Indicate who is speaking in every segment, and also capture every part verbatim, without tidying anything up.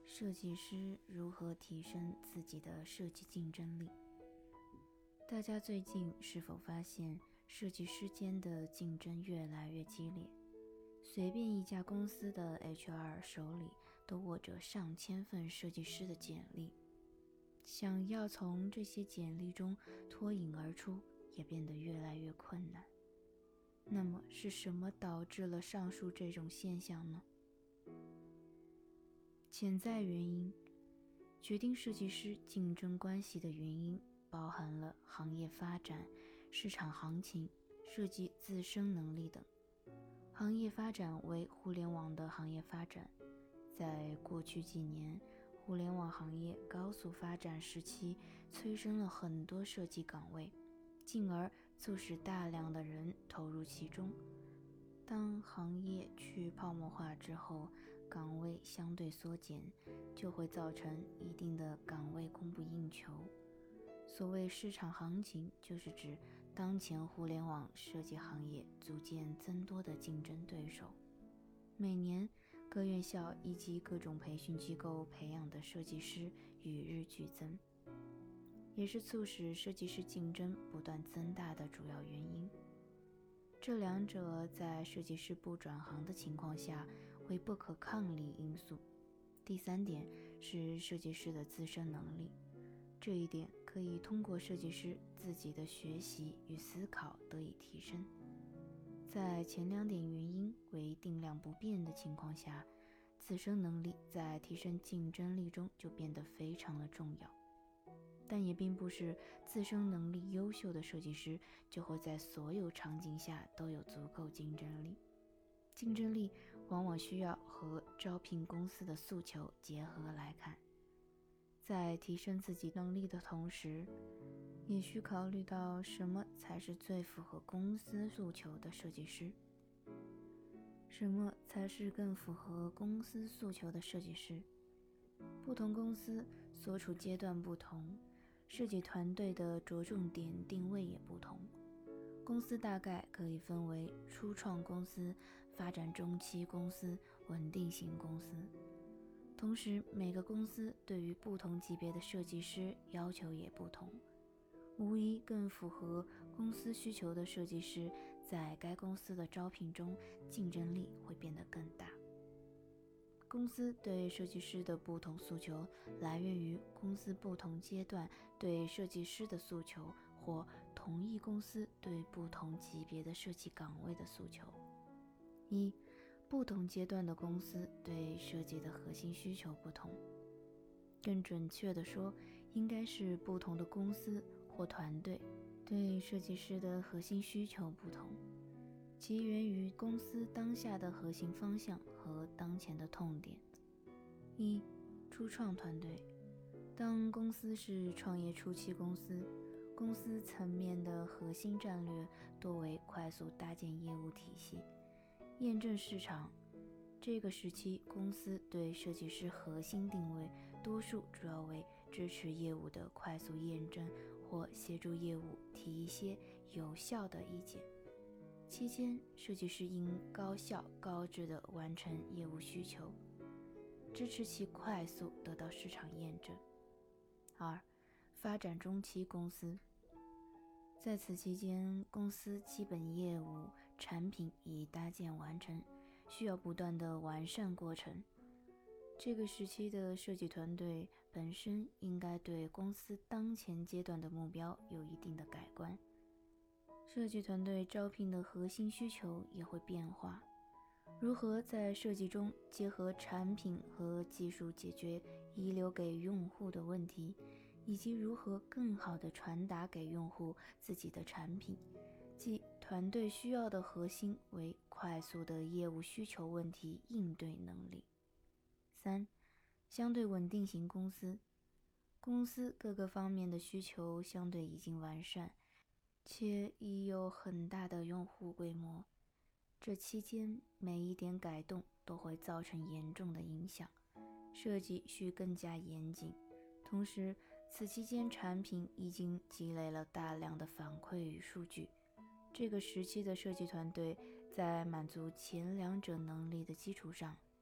Speaker 1: 设计师如何提升自己的设计竞争力？大家最近是否发现设计师间的竞争越来越激烈？随便一家公司的 H R 手里都握着上千份设计师的简历，想要从这些简历中脱颖而出也变得越来越困难。那么是什么导致了上述这种现象呢？潜在原因，决定设计师竞争关系的原因包含了行业发展、市场行情、设计自身能力等。行业发展为互联网的行业发展，在过去几年，互联网行业高速发展时期，催生了很多设计岗位，进而促使大量的人投入其中。当行业去泡沫化之后，岗位相对缩减，就会造成一定的岗位供不应求。所谓市场行情，就是指当前互联网设计行业逐渐增多的竞争对手。每年各院校以及各种培训机构培养的设计师与日俱增，也是促使设计师竞争不断增大的主要原因。这两者在设计师不转行的情况下为不可抗力因素。第三点是设计师的自身能力，这一点可以通过设计师自己的学习与思考得以提升。在前两点原因为定量不变的情况下，自身能力在提升竞争力中就变得非常的重要。但也并不是自身能力优秀的设计师就会在所有场景下都有足够竞争力。竞争力往往需要和招聘公司的诉求结合来看。在提升自己能力的同时，也需考虑到什么才是最符合公司诉求的设计师，什么才是更符合公司诉求的设计师。不同公司所处阶段不同，设计团队的着重点定位也不同。公司大概可以分为初创公司、发展中期公司、稳定型公司。同时，每个公司对于不同级别的设计师要求也不同。无疑更符合公司需求的设计师，在该公司的招聘中竞争力会变得更大。公司对设计师的不同诉求来源于公司不同阶段对设计师的诉求，或同一公司对不同级别的设计岗位的诉求。一、不同阶段的公司对设计的核心需求不同。更准确地说，应该是不同的公司或团队对设计师的核心需求不同，其源于公司当下的核心方向和当前的痛点。一、初创团队。当公司是创业初期公司，公司层面的核心战略多为快速搭建业务体系，验证市场。这个时期，公司对设计师核心定位多数主要为支持业务的快速验证，或协助业务提一些有效的意见。期间，设计师应高效高质地完成业务需求，支持其快速得到市场验证。二、发展中期公司。在此期间，公司基本业务产品已搭建完成，需要不断的完善过程。这个时期的设计团队本身应该对公司当前阶段的目标有一定的改观，设计团队招聘的核心需求也会变化。如何在设计中结合产品和技术解决遗留给用户的问题，以及如何更好地传达给用户自己的产品，即团队需要的核心为快速的业务需求问题应对能力。三、相对稳定型公司。公司各个方面的需求相对已经完善，且已有很大的用户规模。这期间每一点改动都会造成严重的影响，设计需更加严谨。同时，此期间产品已经积累了大量的反馈与数据。这个时期的设计团队在满足前两者能力的基础上，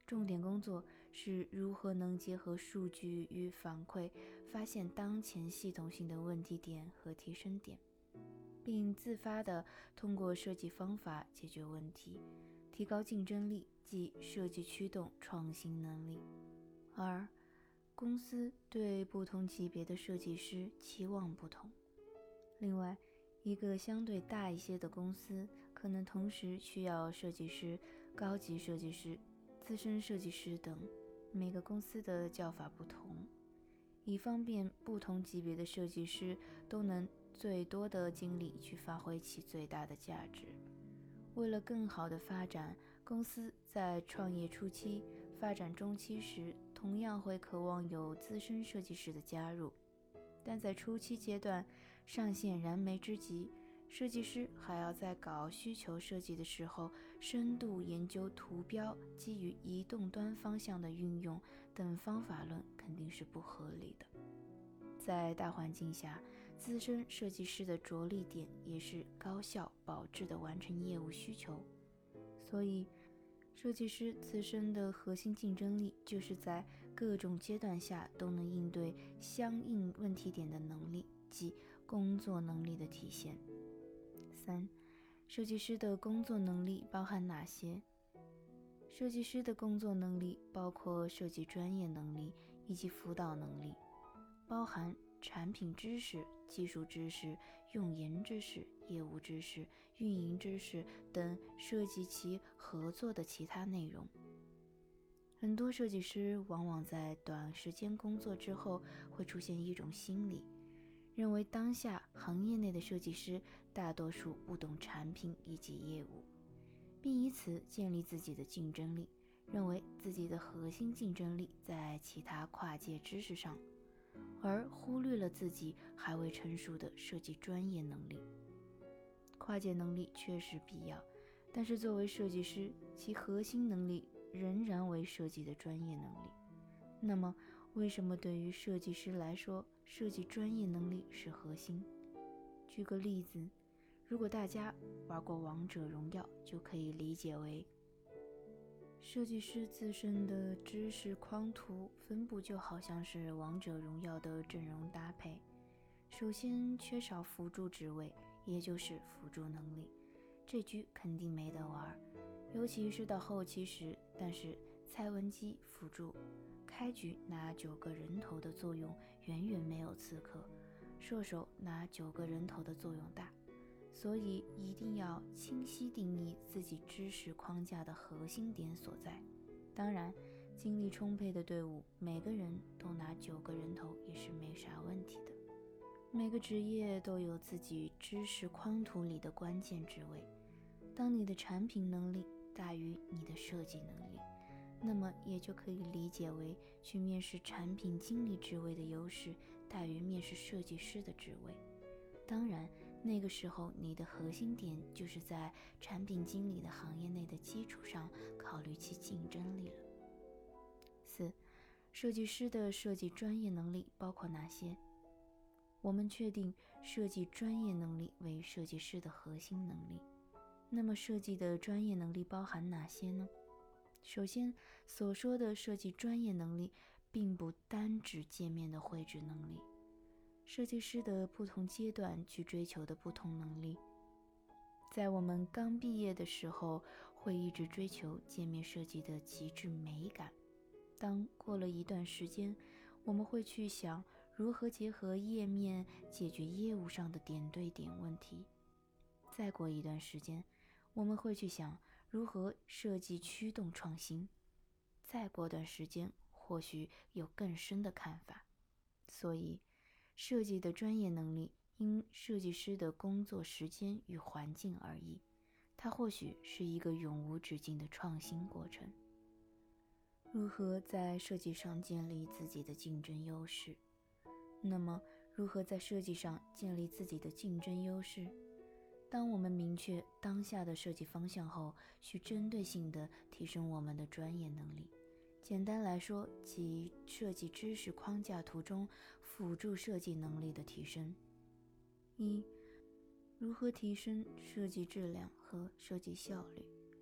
Speaker 1: 重点工作是如何能结合数据与反馈，发现当前系统性的问题点和提升点，并自发地通过设计方法解决问题，提高竞争力及设计驱动创新能力。二、公司对不同级别的设计师期望不同。另外，一个相对大一些的公司可能同时需要设计师、高级设计师、资深设计师等，每个公司的叫法不同，以方便不同级别的设计师都能最多的精力去发挥其最大的价值。为了更好的发展，公司在创业初期、发展中期时，同样会渴望有资深设计师的加入，但在初期阶段，上线燃眉之急，设计师还要在搞需求设计的时候，深度研究图标基于移动端方向的运用等方法论，肯定是不合理的。在大环境下，资深设计师的着力点也是高效保质的完成业务需求，所以设计师自身的核心竞争力就是在各种阶段下都能应对相应问题点的能力，即工作能力的体现。三、设计师的工作能力包含哪些？设计师的工作能力包括设计专业能力以及辅导能力，包含产品知识、技术知识、用研知识、业务知识、运营知识等涉及其合作的其他内容。很多设计师往往在短时间工作之后会出现一种心理，认为当下行业内的设计师大多数不懂产品以及业务，并以此建立自己的竞争力，认为自己的核心竞争力在其他跨界知识上，而忽略了自己还未成熟的设计专业能力。跨界能力确实必要，但是作为设计师，其核心能力仍然为设计的专业能力。那么为什么对于设计师来说，设计专业能力是核心？举个例子，如果大家玩过王者荣耀，就可以理解为设计师自身的知识框图分布就好像是王者荣耀的阵容搭配，首先缺少辅助职位，也就是辅助能力，这局肯定没得玩，尤其是到后期时，但是蔡文姬辅助开局拿九个人头的作用远远没有刺客、射手拿九个人头的作用大，所以一定要清晰定义自己知识框架的核心点所在。当然，精力充沛的队伍，每个人都拿九个人头也是没啥问题的。每个职业都有自己知识框图里的关键职位，当你的产品能力大于你的设计能力，那么也就可以理解为去面试产品经理职位的优势大于面试设计师的职位。当然，那个时候你的核心点就是在产品经理的行业内的基础上考虑其竞争力了。四、设计师的设计专业能力包括哪些？我们确定设计专业能力为设计师的核心能力。那么设计的专业能力包含哪些呢？首先，所说的设计专业能力并不单指界面的绘制能力，设计师的不同阶段去追求的不同能力。在我们刚毕业的时候，会一直追求界面设计的极致美感。当过了一段时间，我们会去想如何结合页面解决业务上的点对点问题。再过一段时间，我们会去想如何设计驱动创新。再过段时间，或许有更深的看法。所以，设计的专业能力因设计师的工作时间与环境而异，它或许是一个永无止境的创新过程。如何在设计上建立自己的竞争优势？那么，如何在设计上建立自己的竞争优势？当我们明确当下的设计方向后，需针对性地提升我们的专业能力。简单来说，即设计知识框架图中辅助设计能力的提升。一、如何提升设计质量和设计效率？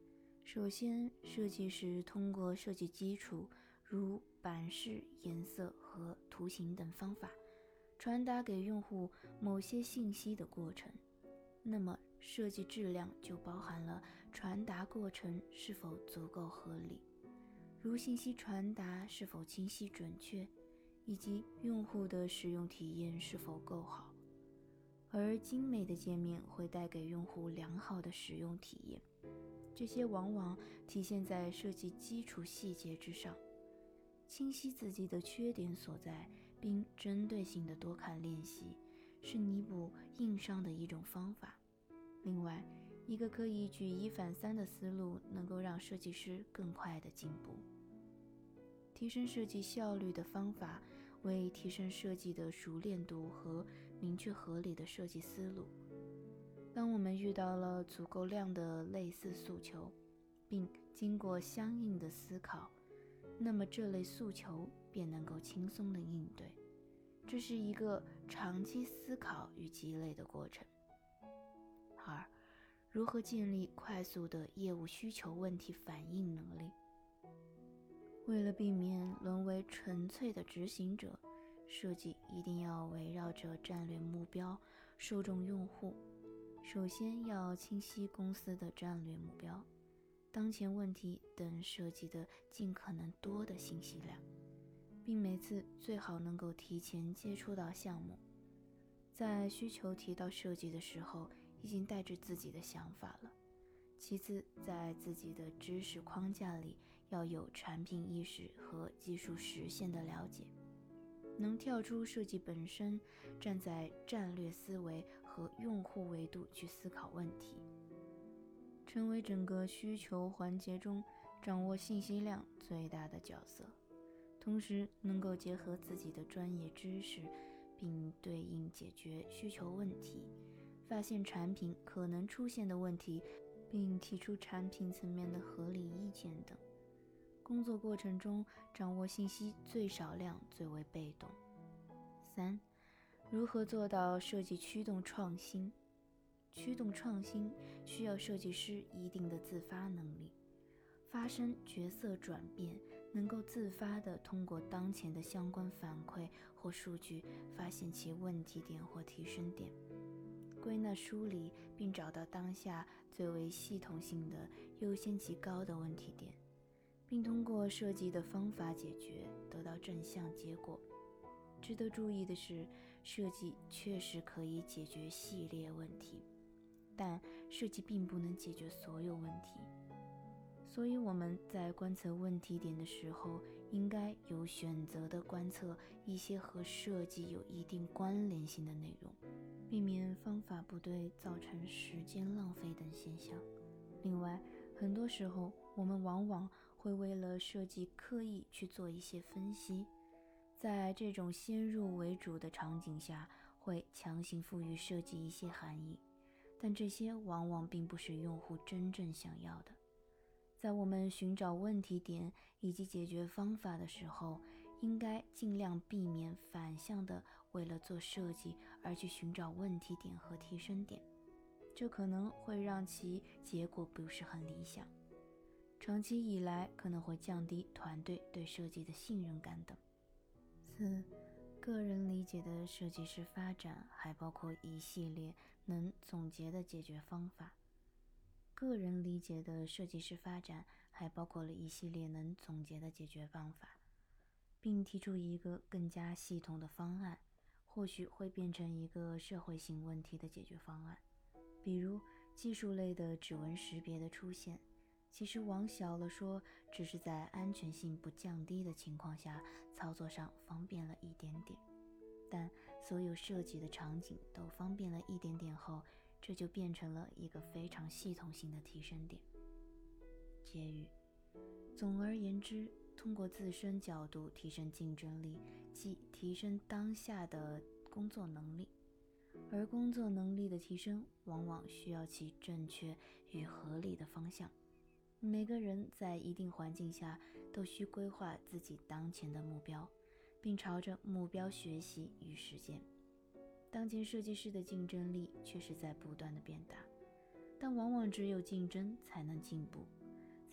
Speaker 1: 首先，设计师通过设计基础，如版式、颜色和图形等方法，传达给用户某些信息的过程。那么，设计质量就包含了传达过程是否足够合理，如信息传达是否清晰准确，以及用户的使用体验是否够好。而精美的界面会带给用户良好的使用体验，这些往往体现在设计基础细节之上。清晰自己的缺点所在，并针对性的多看练习，是弥补硬伤的一种方法。另外，一个可以举一反三的思路，能够让设计师更快地进步。提升设计效率的方法为提升设计的熟练度和明确合理的设计思路。当我们遇到了足够量的类似诉求，并经过相应的思考，那么这类诉求便能够轻松地应对。这是一个长期思考与积累的过程。二、如何建立快速的业务需求问题反应能力？为了避免沦为纯粹的执行者，设计一定要围绕着战略目标、受众用户。首先要清晰公司的战略目标、当前问题等设计的尽可能多的信息量，并每次最好能够提前接触到项目。在需求提到设计的时候，已经带着自己的想法了。其次，在自己的知识框架里要有产品意识和技术实现的了解，能跳出设计本身，站在战略思维和用户维度去思考问题，成为整个需求环节中掌握信息量最大的角色，同时能够结合自己的专业知识，并对应解决需求问题，发现产品可能出现的问题，并提出产品层面的合理意见等。工作过程中掌握信息最少量，最为被动。三、如何做到设计驱动创新？驱动创新需要设计师一定的自发能力，发生角色转变，能够自发地通过当前的相关反馈或数据，发现其问题点或提升点，归纳梳理，并找到当下最为系统性的优先级高的问题点，并通过设计的方法解决，得到正向结果。值得注意的是，设计确实可以解决系列问题，但设计并不能解决所有问题。所以我们在观测问题点的时候，应该有选择地观测一些和设计有一定关联性的内容，避免方法不对造成时间浪费等现象。另外，很多时候我们往往会为了设计刻意去做一些分析，在这种先入为主的场景下，会强行赋予设计一些含义，但这些往往并不是用户真正想要的。在我们寻找问题点以及解决方法的时候，应该尽量避免反向的为了做设计而去寻找问题点和提升点，这可能会让其结果不是很理想，长期以来可能会降低团队对设计的信任感等。四、个人理解的设计师发展还包括一系列能总结的解决方法。个人理解的设计师发展还包括了一系列能总结的解决方法，并提出一个更加系统的方案，或许会变成一个社会性问题的解决方案。比如技术类的指纹识别的出现，其实往小了说，只是在安全性不降低的情况下，操作上方便了一点点，但所有设计的场景都方便了一点点后，这就变成了一个非常系统性的提升点。结语：总而言之，通过自身角度提升竞争力，即提升当下的工作能力，而工作能力的提升往往需要其正确与合理的方向。每个人在一定环境下都需规划自己当前的目标，并朝着目标学习与实践。当前设计师的竞争力确实在不断的变大，但往往只有竞争才能进步。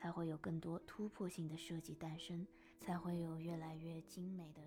Speaker 1: 才会有更多突破性的设计诞生，才会有越来越精美的